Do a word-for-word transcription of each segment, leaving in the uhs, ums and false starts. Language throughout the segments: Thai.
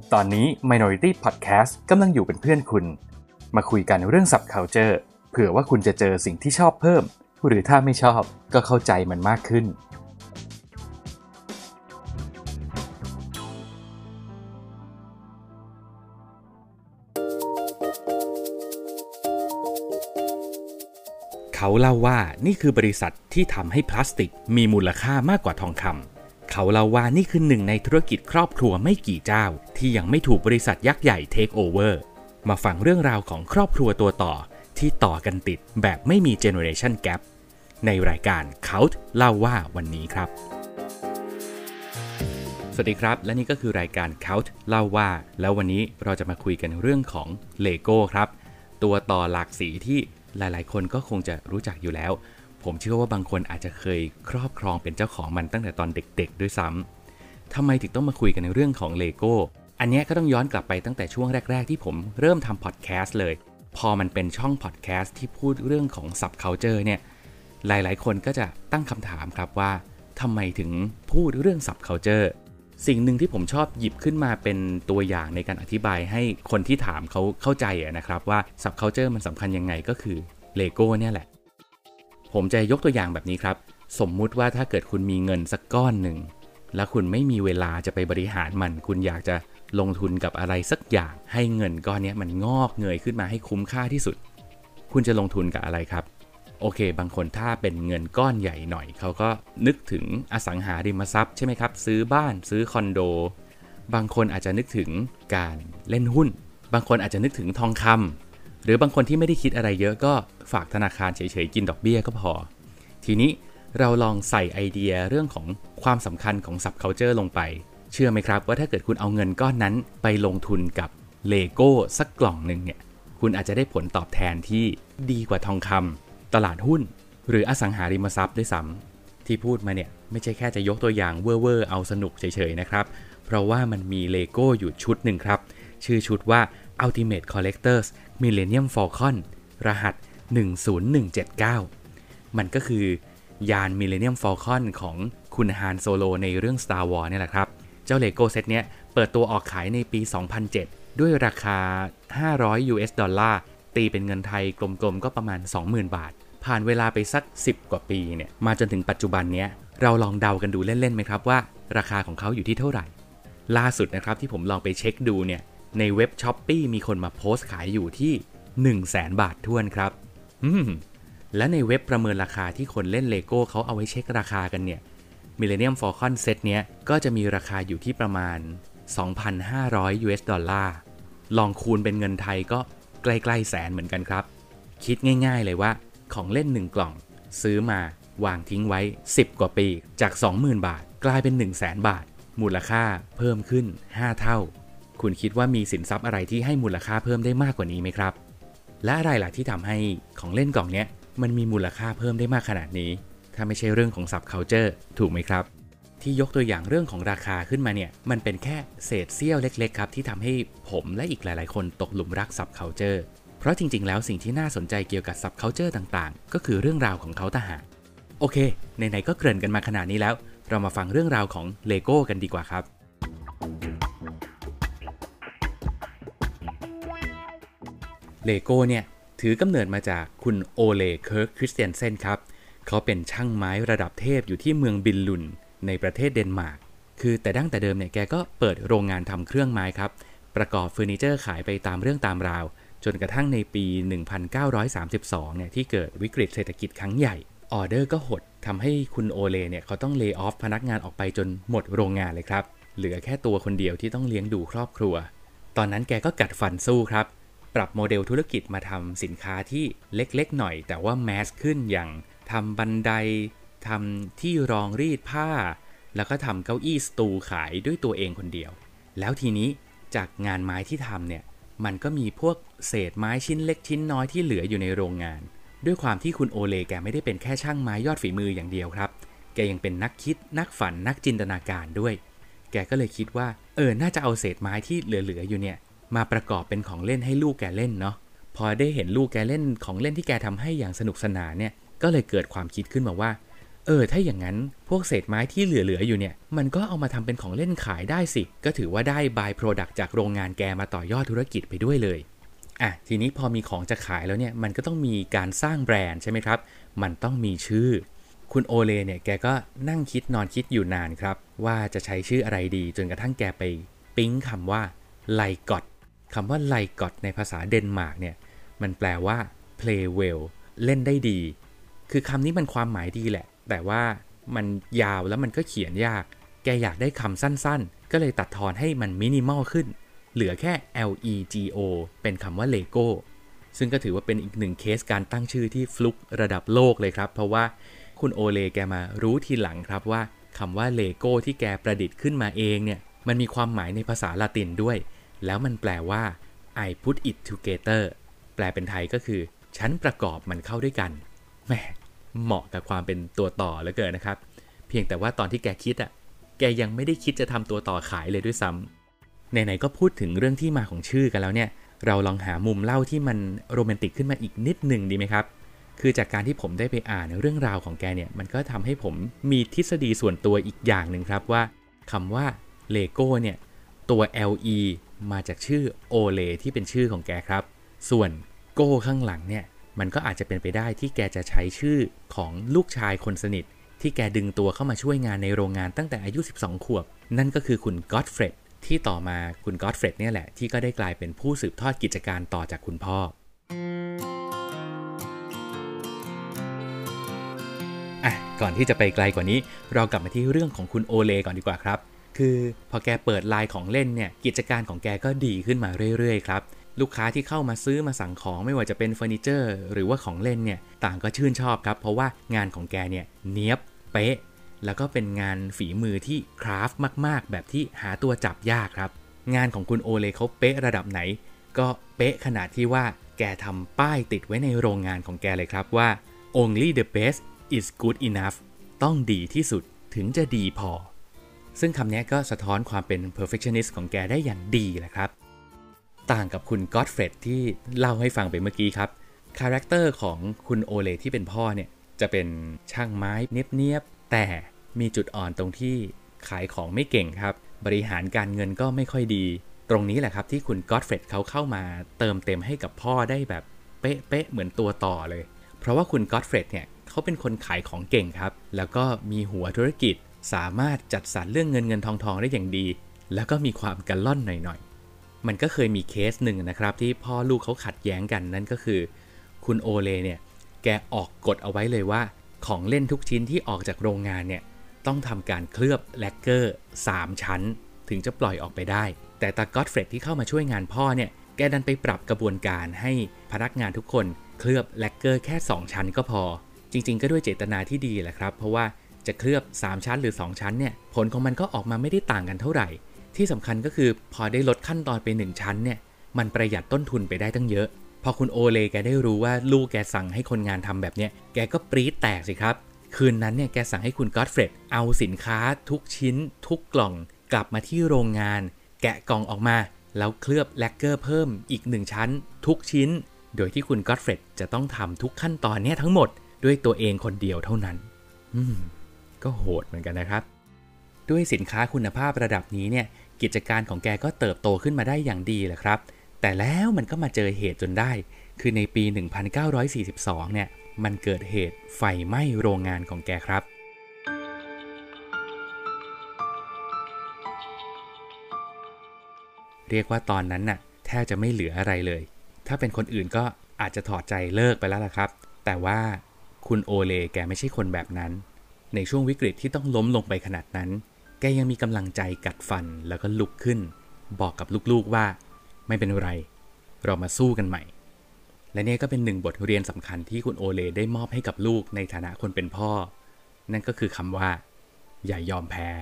ตอนนี้ Minority Podcast กำลังอยู่เป็นเพื่อนคุณมาคุยกันเรื่อง Subculture เผื่อว่าคุณจะเจอสิ่งที่ชอบเพิ่มหรือถ้าไม่ชอบก็เข้าใจมันมากขึ้นเขาเล่าว่านี่คือบริษัทที่ทำให้พลาสติกมีมูลค่ามากกว่าทองคำเขาเล่าว่านี่คือหนึ่งในธุรกิจครอบครัวไม่กี่เจ้าที่ยังไม่ถูกบริษัทยักษ์ใหญ่เทคโอเวอร์มาฟังเรื่องราวของครอบครัวตัวต่อที่ต่อกันติดแบบไม่มี Generation Gap ในรายการ Couch เล่าว่าวันนี้ครับสวัสดีครับและนี่ก็คือรายการ Couch เล่าว่าแล้ววันนี้เราจะมาคุยกันเรื่องของ Lego ครับตัวต่อหลากสีที่หลายๆคนก็คงจะรู้จักอยู่แล้วผมเชื่อว่าบางคนอาจจะเคยครอบครองเป็นเจ้าของมันตั้งแต่ตอนเด็กๆด้วยซ้ำทำไมถึงต้องมาคุยกันในเรื่องของ Lego อันนี้ก็ต้องย้อนกลับไปตั้งแต่ช่วงแรกๆที่ผมเริ่มทำพอดแคสต์เลยพอมันเป็นช่องพอดแคสต์ที่พูดเรื่องของ Subculture เนี่ยหลายๆคนก็จะตั้งคำถามครับว่าทำไมถึงพูดเรื่อง Subculture สิ่งหนึ่งที่ผมชอบหยิบขึ้นมาเป็นตัวอย่างในการอธิบายให้คนที่ถามเขาเข้าใจนะครับว่า Subculture มันสำคัญยังไงก็คือ Lego เนี่ยแหละผมจะยกตัวอย่างแบบนี้ครับสมมุติว่าถ้าเกิดคุณมีเงินสักก้อนหนึ่งแล้วคุณไม่มีเวลาจะไปบริหารมันคุณอยากจะลงทุนกับอะไรสักอย่างให้เงินก้อนนี้มันงอกเงยขึ้นมาให้คุ้มค่าที่สุดคุณจะลงทุนกับอะไรครับโอเคบางคนถ้าเป็นเงินก้อนใหญ่หน่อยเขาก็นึกถึงอสังหาริมทรัพย์ใช่ไหมครับซื้อบ้านซื้อคอนโดบางคนอาจจะนึกถึงการเล่นหุ้นบางคนอาจจะนึกถึงทองคำหรือบางคนที่ไม่ได้คิดอะไรเยอะก็ฝากธนาคารเฉยๆกินดอกเบี้ยก็พอทีนี้เราลองใส่ไอเดียเรื่องของความสำคัญของ Subculture ลงไปเชื่อไหมครับว่าถ้าเกิดคุณเอาเงินก้อนนั้นไปลงทุนกับ Lego สักกล่องหนึ่งเนี่ยคุณอาจจะได้ผลตอบแทนที่ดีกว่าทองคำตลาดหุ้นหรืออสังหาริมทรัพย์ด้วยซ้ำที่พูดมาเนี่ยไม่ใช่แค่จะยกตัวอย่างเว่อร์ๆเอาสนุกเฉยๆนะครับเพราะว่ามันมี Lego อยู่ชุดหนึ่งครับชื่อชุดว่า Ultimate Collectors Millennium Falcon รหัสหนึ่งศูนย์หนึ่งเจ็ดเก้ามันก็คือยาน Millennium Falcon ของคุณฮานโซโลในเรื่อง Star Wars เนี่ยแหละครับเจ้า Lego เซตเนี้ยเปิดตัวออกขายในปี สองพันเจ็ด ด้วยราคาห้าร้อย ยู เอส ดอลลาร์ตีเป็นเงินไทยกลมๆก็ประมาณ สองหมื่น บาทผ่านเวลาไปสักสิบกว่าปีเนี่ยมาจนถึงปัจจุบันเนี้ยเราลองเดากันดูเล่นๆไหมครับว่าราคาของเขาอยู่ที่เท่าไหร่ล่าสุดนะครับที่ผมลองไปเช็คดูเนี่ยในเว็บ Shopee มีคนมาโพสต์ขายอยู่ที่ หนึ่งแสน บาทถ้วนครับอืมและในเว็บประเมินราคาที่คนเล่น Lego เขาเอาไว้เช็คราคากันเนี่ย Millennium Falcon เซตเนี้ยก็จะมีราคาอยู่ที่ประมาณ สองพันห้าร้อย ยู เอส ดอลลาร์ลองคูณเป็นเงินไทยก็ใกล้ๆแสนเหมือนกันครับคิดง่ายๆเลยว่าของเล่นหนึ่งกล่องซื้อมาวางทิ้งไว้สิบกว่าปีจาก สองหมื่น บาทกลายเป็น หนึ่งแสน บาทมูลค่าเพิ่มขึ้นห้าเท่าคุณคิดว่ามีสินทรัพย์อะไรที่ให้มูลค่าเพิ่มได้มากกว่านี้ไหมครับและอะไรล่ะที่ทำให้ของเล่นกล่องเนี้ยมันมีมูลค่าเพิ่มได้มากขนาดนี้ถ้าไม่ใช่เรื่องของ Subculture ถูกไหมครับที่ยกตัวอย่างเรื่องของราคาขึ้นมาเนี่ยมันเป็นแค่เศษเสี้ยวเล็กๆครับที่ทำให้ผมและอีกหลายๆคนตกหลุมรัก Subculture เพราะจริงๆแล้วสิ่งที่น่าสนใจเกี่ยวกับ Subculture ต่างๆก็คือเรื่องราวของเขาต่างหากโอเคไหนๆก็เกริ่นกันมาขนาดนี้แล้วเรามาฟังเรื่องราวของ Lego กันดีกว่าครับLego เนี่ยถือกำเนิดมาจากคุณโอเลเคิร์กคริสเตียนเซนครับเขาเป็นช่างไม้ระดับเทพอยู่ที่เมืองบินลุนในประเทศเดนมาร์กคือแต่ดั้งแต่เดิมเนี่ยแกก็เปิดโรงงานทำเครื่องไม้ครับประกอบเฟอร์นิเจอร์ขายไปตามเรื่องตามราวจนกระทั่งในปีหนึ่งพันเก้าร้อยสามสิบสองเนี่ยที่เกิดวิกฤตเศรษฐกิจครั้งใหญ่ออเดอร์ก็หดทำให้คุณโอเลเนี่ยเขาต้องเลย์ออฟพนักงานออกไปจนหมดโรงงานเลยครับเหลือแค่ตัวคนเดียวที่ต้องเลี้ยงดูครอบครัวตอนนั้นแกก็กัดฟันสู้ครับปรับโมเดลธุรกิจมาทำสินค้าที่เล็กๆหน่อยแต่ว่าแมสขึ้นอย่างทำบันไดทำที่รองรีดผ้าแล้วก็ทำเก้าอี้สตูขายด้วยตัวเองคนเดียวแล้วทีนี้จากงานไม้ที่ทำเนี่ยมันก็มีพวกเศษไม้ชิ้นเล็กชิ้นน้อยที่เหลืออยู่ในโรงงานด้วยความที่คุณโอเลแกไม่ได้เป็นแค่ช่างไม้ยอดฝีมืออย่างเดียวครับแกยังเป็นนักคิดนักฝันนักจินตนาการด้วยแกก็เลยคิดว่าเออน่าจะเอาเศษไม้ที่เหลือๆอยู่เนี่ยมาประกอบเป็นของเล่นให้ลูกแกเล่นเนาะพอได้เห็นลูกแกเล่นของเล่นที่แกทำให้อย่างสนุกสนานเนี่ยก็เลยเกิดความคิดขึ้นมาว่าเออถ้าอย่างนั้นพวกเศษไม้ที่เหลือๆอยู่เนี่ยมันก็เอามาทำเป็นของเล่นขายได้สิก็ถือว่าได้ by product จากโรงงานแกมาต่อยอดธุรกิจไปด้วยเลยอ่ะทีนี้พอมีของจะขายแล้วเนี่ยมันก็ต้องมีการสร้างแบรนด์ใช่ไหมครับมันต้องมีชื่อคุณโอเลเนี่ยแกก็นั่งคิดนอนคิดอยู่นานครับว่าจะใช้ชื่ออะไรดีจนกระทั่งแกไปปิ๊งคำว่าไลกอตคำว่าไลกอตในภาษาเดนมาร์กเนี่ยมันแปลว่า play well เล่นได้ดีคือคำนี้มันความหมายดีแหละแต่ว่ามันยาวแล้วมันก็เขียนยากแกอยากได้คำสั้นๆก็เลยตัดทอนให้มันมินิมอลขึ้นเหลือแค่ L E G O เป็นคำว่า Lego ซึ่งก็ถือว่าเป็นอีกหนึ่งเคสการตั้งชื่อที่ฟลุกระดับโลกเลยครับเพราะว่าคุณโอเลแกมารู้ทีหลังครับว่าคำว่า Lego ที่แกประดิษฐ์ขึ้นมาเองเนี่ยมันมีความหมายในภาษาละตินด้วยแล้วมันแปลว่า I put it together แปลเป็นไทยก็คือฉันประกอบมันเข้าด้วยกันแหมเหมาะกับความเป็นตัวต่อเหลือเกินนะครับเพียงแต่ว่าตอนที่แกคิดอ่ะแกยังไม่ได้คิดจะทำตัวต่อขายเลยด้วยซ้ำไหนๆก็พูดถึงเรื่องที่มาของชื่อกันแล้วเนี่ยเราลองหามุมเล่าที่มันโรแมนติกขึ้นมาอีกนิดหนึ่งดีไหมครับคือจากการที่ผมได้ไปอ่านเรื่องราวของแกเนี่ยมันก็ทำให้ผมมีทฤษฎีส่วนตัวอีกอย่างหนึ่งครับว่าคำว่าเลโก้เนี่ยตัว แอล อี มาจากชื่อโอเลที่เป็นชื่อของแกครับส่วนโก้ข้างหลังเนี่ยมันก็อาจจะเป็นไปได้ที่แกจะใช้ชื่อของลูกชายคนสนิทที่แกดึงตัวเข้ามาช่วยงานในโรงงานตั้งแต่อายุสิบสองขวบนั่นก็คือคุณก็อตเฟร็ดที่ต่อมาคุณก็อตเฟร็ดเนี่ยแหละที่ก็ได้กลายเป็นผู้สืบทอดกิจการต่อจากคุณพ่ออ่ะก่อนที่จะไปไกลกว่านี้เรากลับมาที่เรื่องของคุณโอเลก่อนดีกว่าครับคือพอแกเปิดไลน์ของเล่นเนี่ยกิจการของแกก็ดีขึ้นมาเรื่อยๆครับลูกค้าที่เข้ามาซื้อมาสั่งของไม่ว่าจะเป็นเฟอร์นิเจอร์หรือว่าของเล่นเนี่ยต่างก็ชื่นชอบครับเพราะว่างานของแกเนี่ยเนี๊ยบเป๊ะแล้วก็เป็นงานฝีมือที่คราฟต์มากๆแบบที่หาตัวจับยากครับงานของคุณโอเลเขาเป๊ะระดับไหนก็เป๊ะขนาดที่ว่าแกทำป้ายติดไว้ในโรงงานของแกเลยครับว่า only the best is good enough ต้องดีที่สุดถึงจะดีพอซึ่งคำนี้ก็สะท้อนความเป็น perfectionist ของแกได้อย่างดีแหละครับต่างกับคุณก็อตเฟร็ดที่เล่าให้ฟังไปเมื่อกี้ครับคาแรคเตอร์ของคุณโอเลที่เป็นพ่อเนี่ยจะเป็นช่างไม้เนียบๆแต่มีจุดอ่อนตรงที่ขายของไม่เก่งครับบริหารการเงินก็ไม่ค่อยดีตรงนี้แหละครับที่คุณก็อตเฟร็ดเขาเข้ามาเติมเต็มให้กับพ่อได้แบบเป๊ะๆเหมือนตัวต่อเลยเพราะว่าคุณก็อตเฟร็ดเนี่ยเขาเป็นคนขายของเก่งครับแล้วก็มีหัวธุรกิจสามารถจัดสรรเรื่องเงินเงินทองทองได้อย่างดีแล้วก็มีความกันล่อนหน่อยๆมันก็เคยมีเคสหนึ่งนะครับที่พ่อลูกเขาขัดแย้งกันนั่นก็คือคุณโอเลเนี่ยแกออกกฎเอาไว้เลยว่าของเล่นทุกชิ้นที่ออกจากโรงงานเนี่ยต้องทำการเคลือบแลกเกอร์สามชั้นถึงจะปล่อยออกไปได้แต่ตาก็อตเฟร็ดที่เข้ามาช่วยงานพ่อเนี่ยแกดันไปปรับกระบวนการให้พนักงานทุกคนเคลือบแลกเกอร์แค่สองชั้นก็พอจริงๆก็ด้วยเจตนาที่ดีแหละครับเพราะว่าจะเคลือบสามชั้นหรือสองชั้นเนี่ยผลของมันก็ออกมาไม่ได้ต่างกันเท่าไหร่ที่สำคัญก็คือพอได้ลดขั้นตอนไปหนึ่งชั้นเนี่ยมันประหยัดต้นทุนไปได้ตั้งเยอะพอคุณโอเลแกได้รู้ว่าลูกแกสั่งให้คนงานทำแบบเนี้ยแกก็ปรี๊ดแตกสิครับคืนนั้นเนี่ยแกสั่งให้คุณก็อตเฟร็ดเอาสินค้าทุกชิ้นทุกกล่องกลับมาที่โรงงานแกะกล่องออกมาแล้วเคลือบแลกเกอร์เพิ่มอีกหนึ่งชั้นทุกชิ้นโดยที่คุณก็อตเฟร็ดจะต้องทำทุกขั้นตอนนี้ทั้งหมดด้วยตัวเองคนเดียวเท่านั้นอืมก็โหดเหมือนกันนะครับด้วยสินค้าคุณภาพระดับนี้เนี่ยกิจการของแกก็เติบโตขึ้นมาได้อย่างดีแหละครับแต่แล้วมันก็มาเจอเหตุจนได้คือในปีหนึ่งพันเก้าร้อยสี่สิบสองเนี่ยมันเกิดเหตุไฟไหม้โรงงานของแกครับเรียกว่าตอนนั้นน่ะแทบจะไม่เหลืออะไรเลยถ้าเป็นคนอื่นก็อาจจะถอดใจเลิกไปแล้วล่ะครับแต่ว่าคุณโอเลแกไม่ใช่คนแบบนั้นในช่วงวิกฤตที่ต้องล้มลงไปขนาดนั้นแกยังมีกำลังใจกัดฟันแล้วก็ลุกขึ้นบอกกับลูกๆว่าไม่เป็นไรเรามาสู้กันใหม่และนี่ก็เป็นหนึ่งบทเรียนสำคัญที่คุณโอเลได้มอบให้กับลูกในฐานะคนเป็นพ่อนั่นก็คือคำว่าอย่ายอมแพ้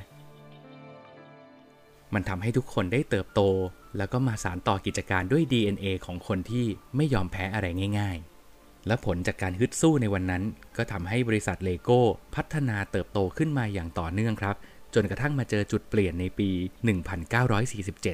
มันทำให้ทุกคนได้เติบโตแล้วก็มาสานต่อกิจการด้วย ดี เอ็น เอ ของคนที่ไม่ยอมแพ้อะไรง่ายๆและผลจากการฮึดสู้ในวันนั้นก็ทำให้บริษัทเลโก้พัฒนาเติบโตขึ้นมาอย่างต่อเนื่องครับจนกระทั่งมาเจอจุดเปลี่ยนในปีหนึ่งพันเก้าร้อยสี่สิบเจ็ด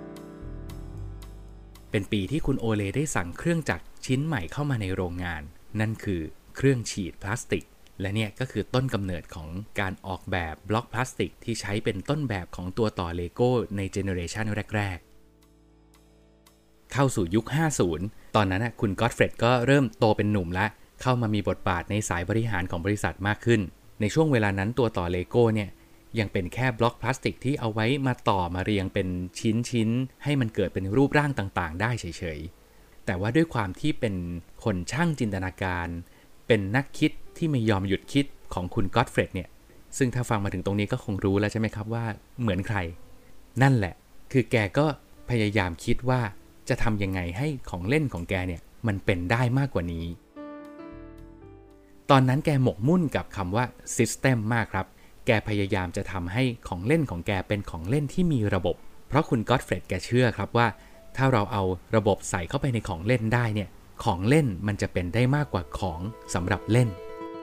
เป็นปีที่คุณโอเลได้สั่งเครื่องจักรชิ้นใหม่เข้ามาในโรงงานนั่นคือเครื่องฉีดพลาสติกและเนี่ยก็คือต้นกำเนิดของการออกแบบบล็อกพลาสติกที่ใช้เป็นต้นแบบของตัวต่อเลโก้ในเจเนอเรชันแรกๆเข้าสู่ยุคห้าสิบตอนนั้นนะคุณก็อตเฟรดก็เริ่มโตเป็นหนุ่มแล้วเข้ามามีบทบาทในสายบริหารของบริษัทมากขึ้นในช่วงเวลานั้นตัวต่อเลโก้เนี่ยยังเป็นแค่บล็อกพลาสติกที่เอาไว้มาต่อมาเรียงเป็นชิ้นๆให้มันเกิดเป็นรูปร่างต่างๆได้เฉยๆแต่ว่าด้วยความที่เป็นคนช่างจินตนาการเป็นนักคิดที่ไม่ยอมหยุดคิดของคุณก็อตเฟรดเนี่ยซึ่งถ้าฟังมาถึงตรงนี้ก็คงรู้แล้วใช่ไหมครับว่าเหมือนใครนั่นแหละคือแกก็พยายามคิดว่าจะทำยังไงให้ของเล่นของแกเนี่ยมันเป็นได้มากกว่านี้ตอนนั้นแกหมกมุ่นกับคำว่า system มากครับแกพยายามจะทำให้ของเล่นของแกเป็นของเล่นที่มีระบบเพราะคุณก็อตเฟรดแกเชื่อครับว่าถ้าเราเอาระบบใส่เข้าไปในของเล่นได้เนี่ยของเล่นมันจะเป็นได้มากกว่าของสำหรับเล่น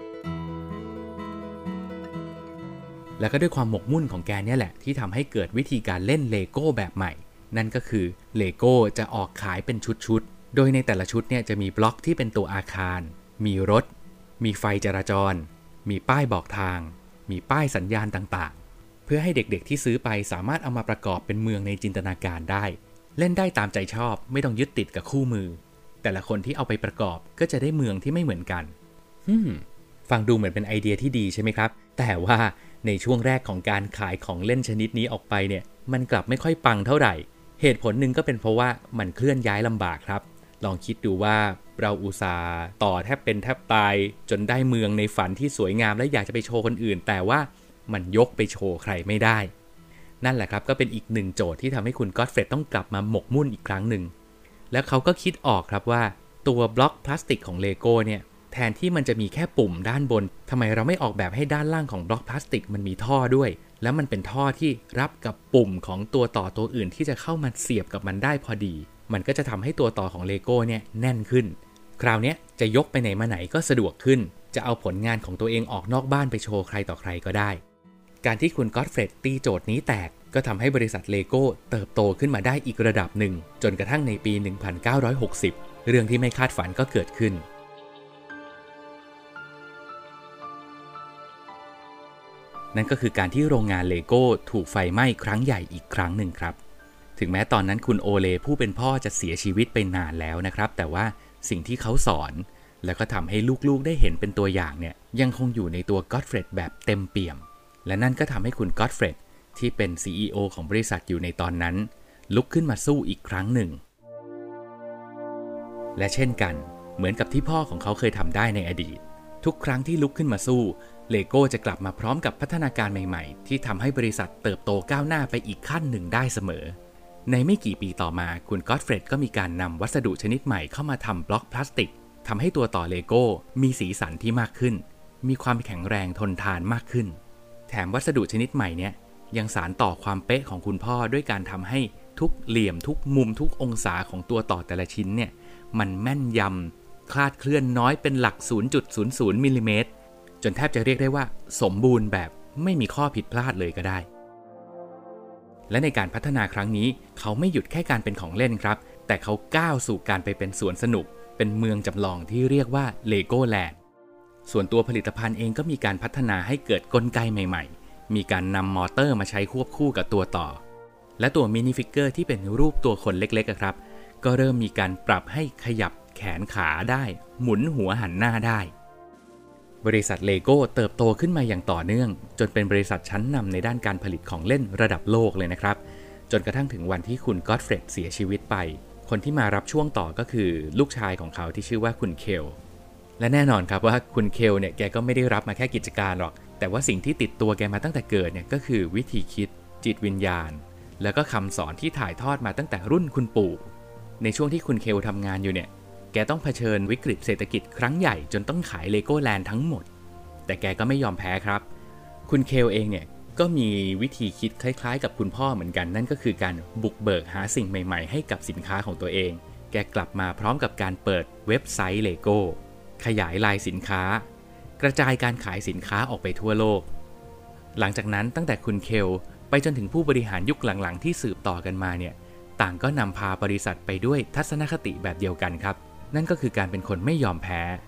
แล้วก็ด้วยความหมกมุ่นของแกเนี่ยแหละที่ทำให้เกิดวิธีการเล่นเลโก้แบบใหม่นั่นก็คือเลโก้จะออกขายเป็นชุดๆโดยในแต่ละชุดเนี่ยจะมีบล็อกที่เป็นตัวอาคารมีรถมีไฟจราจรมีป้ายบอกทางมีป้ายสัญญาณต่างๆเพื่อให้เด็กๆที่ซื้อไปสามารถเอามาประกอบเป็นเมืองในจินตนาการได้เล่นได้ตามใจชอบไม่ต้องยึดติดกับคู่มือแต่ละคนที่เอาไปประกอบก็จะได้เมืองที่ไม่เหมือนกันฮึมฟังดูเหมือนเป็นไอเดียที่ดีใช่ไหมครับแต่ว่าในช่วงแรกของการขายของเล่นชนิดนี้ออกไปเนี่ยมันกลับไม่ค่อยปังเท่าไหร่เหตุผลหนึ่งก็เป็นเพราะว่ามันเคลื่อนย้ายลำบากครับลองคิดดูว่าเราอุตส่าห์ต่อแทบเป็นแทบตายจนได้เมืองในฝันที่สวยงามและอยากจะไปโชว์คนอื่นแต่ว่ามันยกไปโชว์ใครไม่ได้นั่นแหละครับก็เป็นอีกหนึ่งโจทย์ที่ทำให้คุณก็อตเฟรดต้องกลับมาหมกมุ่นอีกครั้งหนึ่งแล้วเขาก็คิดออกครับว่าตัวบล็อกพลาสติกของเลโก้เนี่ยแทนที่มันจะมีแค่ปุ่มด้านบนทำไมเราไม่ออกแบบให้ด้านล่างของบล็อกพลาสติกมันมีท่อด้วยแล้วมันเป็นท่อที่รับกับปุ่มของตัวต่อตัวอื่นที่จะเข้ามาเสียบกับมันได้พอดีมันก็จะทำให้ตัวต่อของเลโก้เนี่ยแน่นขึ้นคราวนี้จะยกไปไหนมาไหนก็สะดวกขึ้นจะเอาผลงานของตัวเองออกนอกบ้านไปโชว์ใครต่อใครก็ได้การที่คุณก็อตเฟรดตีโจทย์นี้แตกก็ทำให้บริษัทเลโก้เติบโตขึ้นมาได้อีกระดับหนึ่งจนกระทั่งในปี หนึ่งพันเก้าร้อยหกสิบ เรื่องที่ไม่คาดฝันก็เกิดขึ้นนั่นก็คือการที่โรงงานเลโก้ถูกไฟไหม้ครั้งใหญ่อีกครั้งหนึ่งครับถึงแม้ตอนนั้นคุณโอเลผู้เป็นพ่อจะเสียชีวิตไปนานแล้วนะครับแต่ว่าสิ่งที่เขาสอนแล้วก็ทำให้ลูกๆได้เห็นเป็นตัวอย่างเนี่ยยังคงอยู่ในตัวก็อตเฟรดแบบเต็มเปี่ยมและนั่นก็ทำให้คุณก็อตเฟรดที่เป็น ซี อี โอ ของบริษัทอยู่ในตอนนั้นลุกขึ้นมาสู้อีกครั้งหนึ่งและเช่นกันเหมือนกับที่พ่อของเขาเคยทำได้ในอดีตทุกครั้งที่ลุกขึ้นมาสู้เลโก้จะกลับมาพร้อมกับพัฒนาการใหม่ๆที่ทำให้บริษัทเติบโตก้าวหน้าไปอีกขั้นหนึ่งได้เสมอในไม่กี่ปีต่อมาคุณก็อตเฟรดก็มีการนำวัสดุชนิดใหม่เข้ามาทำบล็อกพลาสติกทำให้ตัวต่อเลโก้มีสีสันที่มากขึ้นมีความแข็งแรงทนทานมากขึ้นแถมวัสดุชนิดใหม่เนี้ยยังสานต่อความเป๊ะของคุณพ่อด้วยการทำให้ทุกเหลี่ยมทุกมุมทุกองศาของตัวต่อแต่ละชิ้นเนี่ยมันแม่นยำคลาดเคลื่อนน้อยเป็นหลัก ศูนย์จุดศูนย์ศูนย์ มิลลิเมตรจนแทบจะเรียกได้ว่าสมบูรณ์แบบไม่มีข้อผิดพลาดเลยก็ได้และในการพัฒนาครั้งนี้เขาไม่หยุดแค่การเป็นของเล่นครับแต่เขาก้าวสู่การไปเป็นสวนสนุกเป็นเมืองจำลองที่เรียกว่า Legoland ส่วนตัวผลิตภัณฑ์เองก็มีการพัฒนาให้เกิดกลไกใหม่ๆมีการนำมอเตอร์มาใช้ควบคู่กับตัวต่อและตัวมินิฟิกเกอร์ที่เป็นรูปตัวคนเล็กๆครับก็เริ่มมีการปรับให้ขยับแขนขาได้หมุนหัวหันหน้าได้บริษัทเลโก้เติบโตขึ้นมาอย่างต่อเนื่องจนเป็นบริษัทชั้นนำในด้านการผลิตของเล่นระดับโลกเลยนะครับจนกระทั่งถึงวันที่คุณก็อตเฟรดเสียชีวิตไปคนที่มารับช่วงต่อก็คือลูกชายของเขาที่ชื่อว่าคุณเคลและแน่นอนครับว่าคุณเคลเนี่ยแกก็ไม่ได้รับมาแค่กิจการหรอกแต่ว่าสิ่งที่ติดตัวแกมาตั้งแต่เกิดเนี่ยก็คือวิธีคิดจิตวิญญาณแล้วก็คำสอนที่ถ่ายทอดมาตั้งแต่รุ่นคุณปู่ในช่วงที่คุณเคลทำงานอยู่เนี่ยแกต้องเผชิญวิกฤตเศรษฐกิจครั้งใหญ่จนต้องขาย Legoland ทั้งหมดแต่แกก็ไม่ยอมแพ้ครับคุณเคลเองเนี่ยก็มีวิธีคิดคล้ายๆกับคุณพ่อเหมือนกันนั่นก็คือการบุกเบิกหาสิ่งใหม่ๆให้กับสินค้าของตัวเองแกกลับมาพร้อมกับการเปิดเว็บไซต์ Lego ขยายลายสินค้ากระจายการขายสินค้าออกไปทั่วโลกหลังจากนั้นตั้งแต่คุณเคลไปจนถึงผู้บริหารยุคหลังๆที่สืบต่อกันมาเนี่ยต่างก็นำพาบริษัทไปด้วยทัศนคติแบบเดียวกันครับนั่นก็คือการเป็นคนไม่ยอมแพ้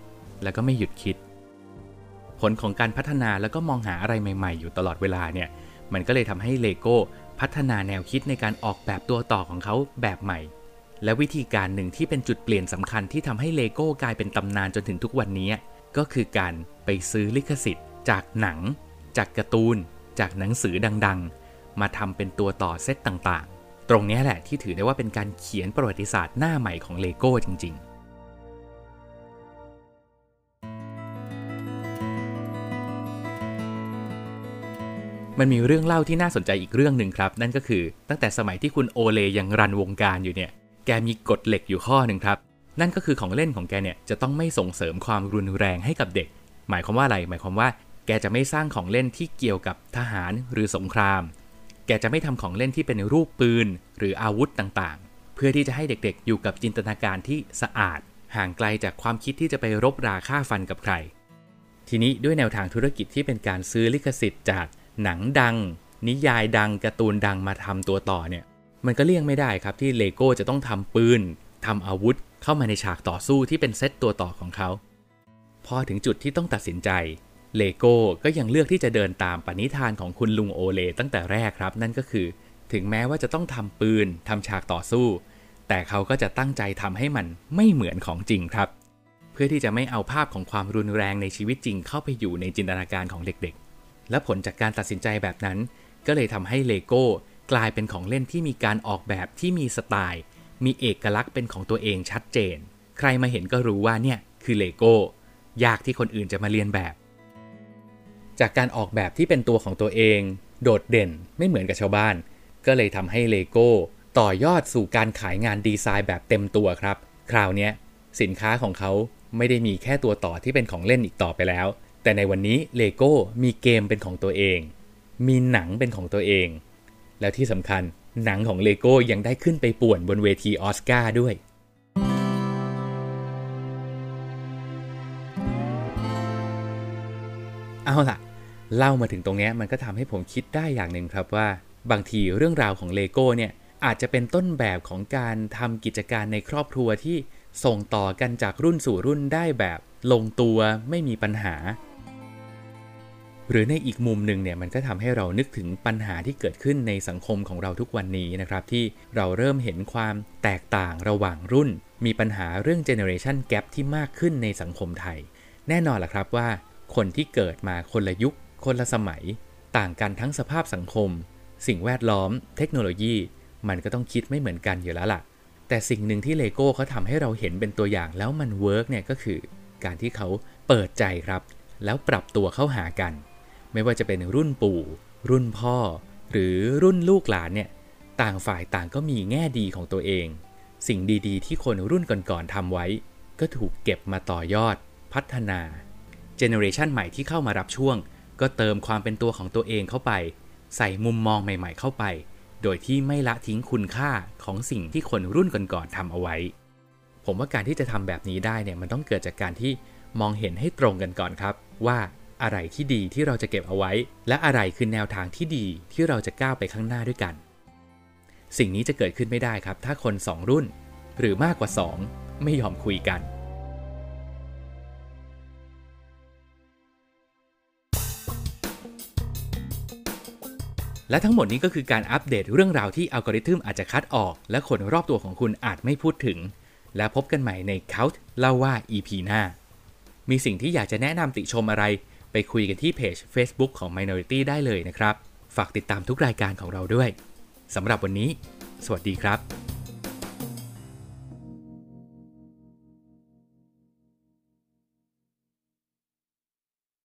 แล้วก็ไม่หยุดคิดผลของการพัฒนาแล้วก็มองหาอะไรใหม่ๆอยู่ตลอดเวลาเนี่ยมันก็เลยทำให้ Lego พัฒนาแนวคิดในการออกแบบตัวต่อของเขาแบบใหม่และวิธีการหนึ่งที่เป็นจุดเปลี่ยนสำคัญที่ทำให้ Lego กลายเป็นตำนานจนถึงทุกวันนี้ก็คือการไปซื้อลิขสิทธิ์จากหนังจากการ์ตูนจากหนังสือดังๆมาทำเป็นตัวต่อเซตต่างๆตรงนี้แหละที่ถือได้ว่าเป็นการเขียนประวัติศาสตร์หน้าใหม่ของ Lego จริงๆมันมีเรื่องเล่าที่น่าสนใจอีกเรื่องหนึ่งครับนั่นก็คือตั้งแต่สมัยที่คุณโอเลยังรันวงการอยู่เนี่ยแกมีกฎเหล็กอยู่ข้อหนึ่งครับนั่นก็คือของเล่นของแกเนี่ยจะต้องไม่ส่งเสริมความรุนแรงให้กับเด็กหมายความว่าอะไรหมายความว่าแกจะไม่สร้างของเล่นที่เกี่ยวกับทหารหรือสงครามแกจะไม่ทำของเล่นที่เป็นรูปปืนหรืออาวุธต่างๆเพื่อที่จะให้เด็กๆอยู่กับจินตนาการที่สะอาดห่างไกลจากความคิดที่จะไปรบราฆ่าฟันกับใครทีนี้ด้วยแนวทางธุรกิจที่เป็นการซื้อลิขสิทธิ์จากหนังดังนิยายดังการ์ตูนดังมาทำตัวต่อเนี่ยมันก็เลี่ยงไม่ได้ครับที่ Lego จะต้องทำปืนทำอาวุธเข้ามาในฉากต่อสู้ที่เป็นเซตตัวต่อของเขาพอถึงจุดที่ต้องตัดสินใจ Lego ก็ยังเลือกที่จะเดินตามปณิธานของคุณลุงโอเลตั้งแต่แรกครับนั่นก็คือถึงแม้ว่าจะต้องทำปืนทำฉากต่อสู้แต่เขาก็จะตั้งใจทำให้มันไม่เหมือนของจริงครับเพื่อที่จะไม่เอาภาพของความรุนแรงในชีวิตจริงเข้าไปอยู่ในจินตนาการของเด็กๆและผลจากการตัดสินใจแบบนั้นก็เลยทำให้ Lego กลายเป็นของเล่นที่มีการออกแบบที่มีสไตล์มีเอกลักษณ์เป็นของตัวเองชัดเจนใครมาเห็นก็รู้ว่าเนี่ยคือ Lego ยากที่คนอื่นจะมาเรียนแบบจากการออกแบบที่เป็นตัวของตัวเองโดดเด่นไม่เหมือนกับชาวบ้านก็เลยทำให้ Lego ต่อยอดสู่การขายงานดีไซน์แบบเต็มตัวครับคราวนี้สินค้าของเขาไม่ได้มีแค่ตัวต่อที่เป็นของเล่นอีกต่อไปแล้วแต่ในวันนี้ Lego มีเกมเป็นของตัวเองมีหนังเป็นของตัวเองแล้วที่สำคัญหนังของ Lego ยังได้ขึ้นไปป่วนบนเวทีออสการ์ด้วยเอาล่ะเล่ามาถึงตรงนี้มันก็ทำให้ผมคิดได้อย่างหนึ่งครับว่าบางทีเรื่องราวของ Lego เนี่ยอาจจะเป็นต้นแบบของการทำกิจการในครอบครัวที่ส่งต่อกันจากรุ่นสู่รุ่นได้แบบลงตัวไม่มีปัญหาหรือในอีกมุมหนึ่งเนี่ยมันก็ทำให้เรานึกถึงปัญหาที่เกิดขึ้นในสังคมของเราทุกวันนี้นะครับที่เราเริ่มเห็นความแตกต่างระหว่างรุ่นมีปัญหาเรื่อง generation gap ที่มากขึ้นในสังคมไทยแน่นอนล่ะครับว่าคนที่เกิดมาคนละยุคคนละสมัยต่างกันทั้งสภาพสังคมสิ่งแวดล้อมเทคโนโลยีมันก็ต้องคิดไม่เหมือนกันอยู่แล้วล่ะแต่สิ่งหนึ่งที่ Lego เขาทำให้เราเห็นเป็นตัวอย่างแล้วมันเวิร์กเนี่ยก็คือการที่เขาเปิดใจครับแล้วปรับตัวเข้าหากันไม่ว่าจะเป็นรุ่นปู่รุ่นพ่อหรือรุ่นลูกหลานเนี่ยต่างฝ่ายต่างก็มีแง่ดีของตัวเองสิ่งดีๆที่คนรุ่นก่อนๆทำไว้ก็ถูกเก็บมาต่อยอดพัฒนาเจเนอเรชันใหม่ที่เข้ามารับช่วงก็เติมความเป็นตัวของตัวเองเข้าไปใส่มุมมองใหม่ๆเข้าไปโดยที่ไม่ละทิ้งคุณค่าของสิ่งที่คนรุ่นก่อนๆทำเอาไว้ผมว่าการที่จะทำแบบนี้ได้เนี่ยมันต้องเกิดจากการที่มองเห็นให้ตรงกันก่อนครับว่าอะไรที่ดีที่เราจะเก็บเอาไว้และอะไรคือแนวทางที่ดีที่เราจะก้าวไปข้างหน้าด้วยกันสิ่งนี้จะเกิดขึ้นไม่ได้ครับถ้าคนสองรุ่นหรือมากกว่าสองไม่ยอมคุยกันและทั้งหมดนี้ก็คือการอัปเดตเรื่องราวที่อัลกอริทึมอาจจะคัดออกและคนรอบตัวของคุณอาจไม่พูดถึงแล้วพบกันใหม่ใน Couch เล่าว่า อี พี หน้ามีสิ่งที่อยากจะแนะนำติชมอะไรไปคุยกันที่เพจ Facebook ของ Minority ได้เลยนะครับฝากติดตามทุกรายการของเราด้วยสำหรับวันนี้สวัสดีครับ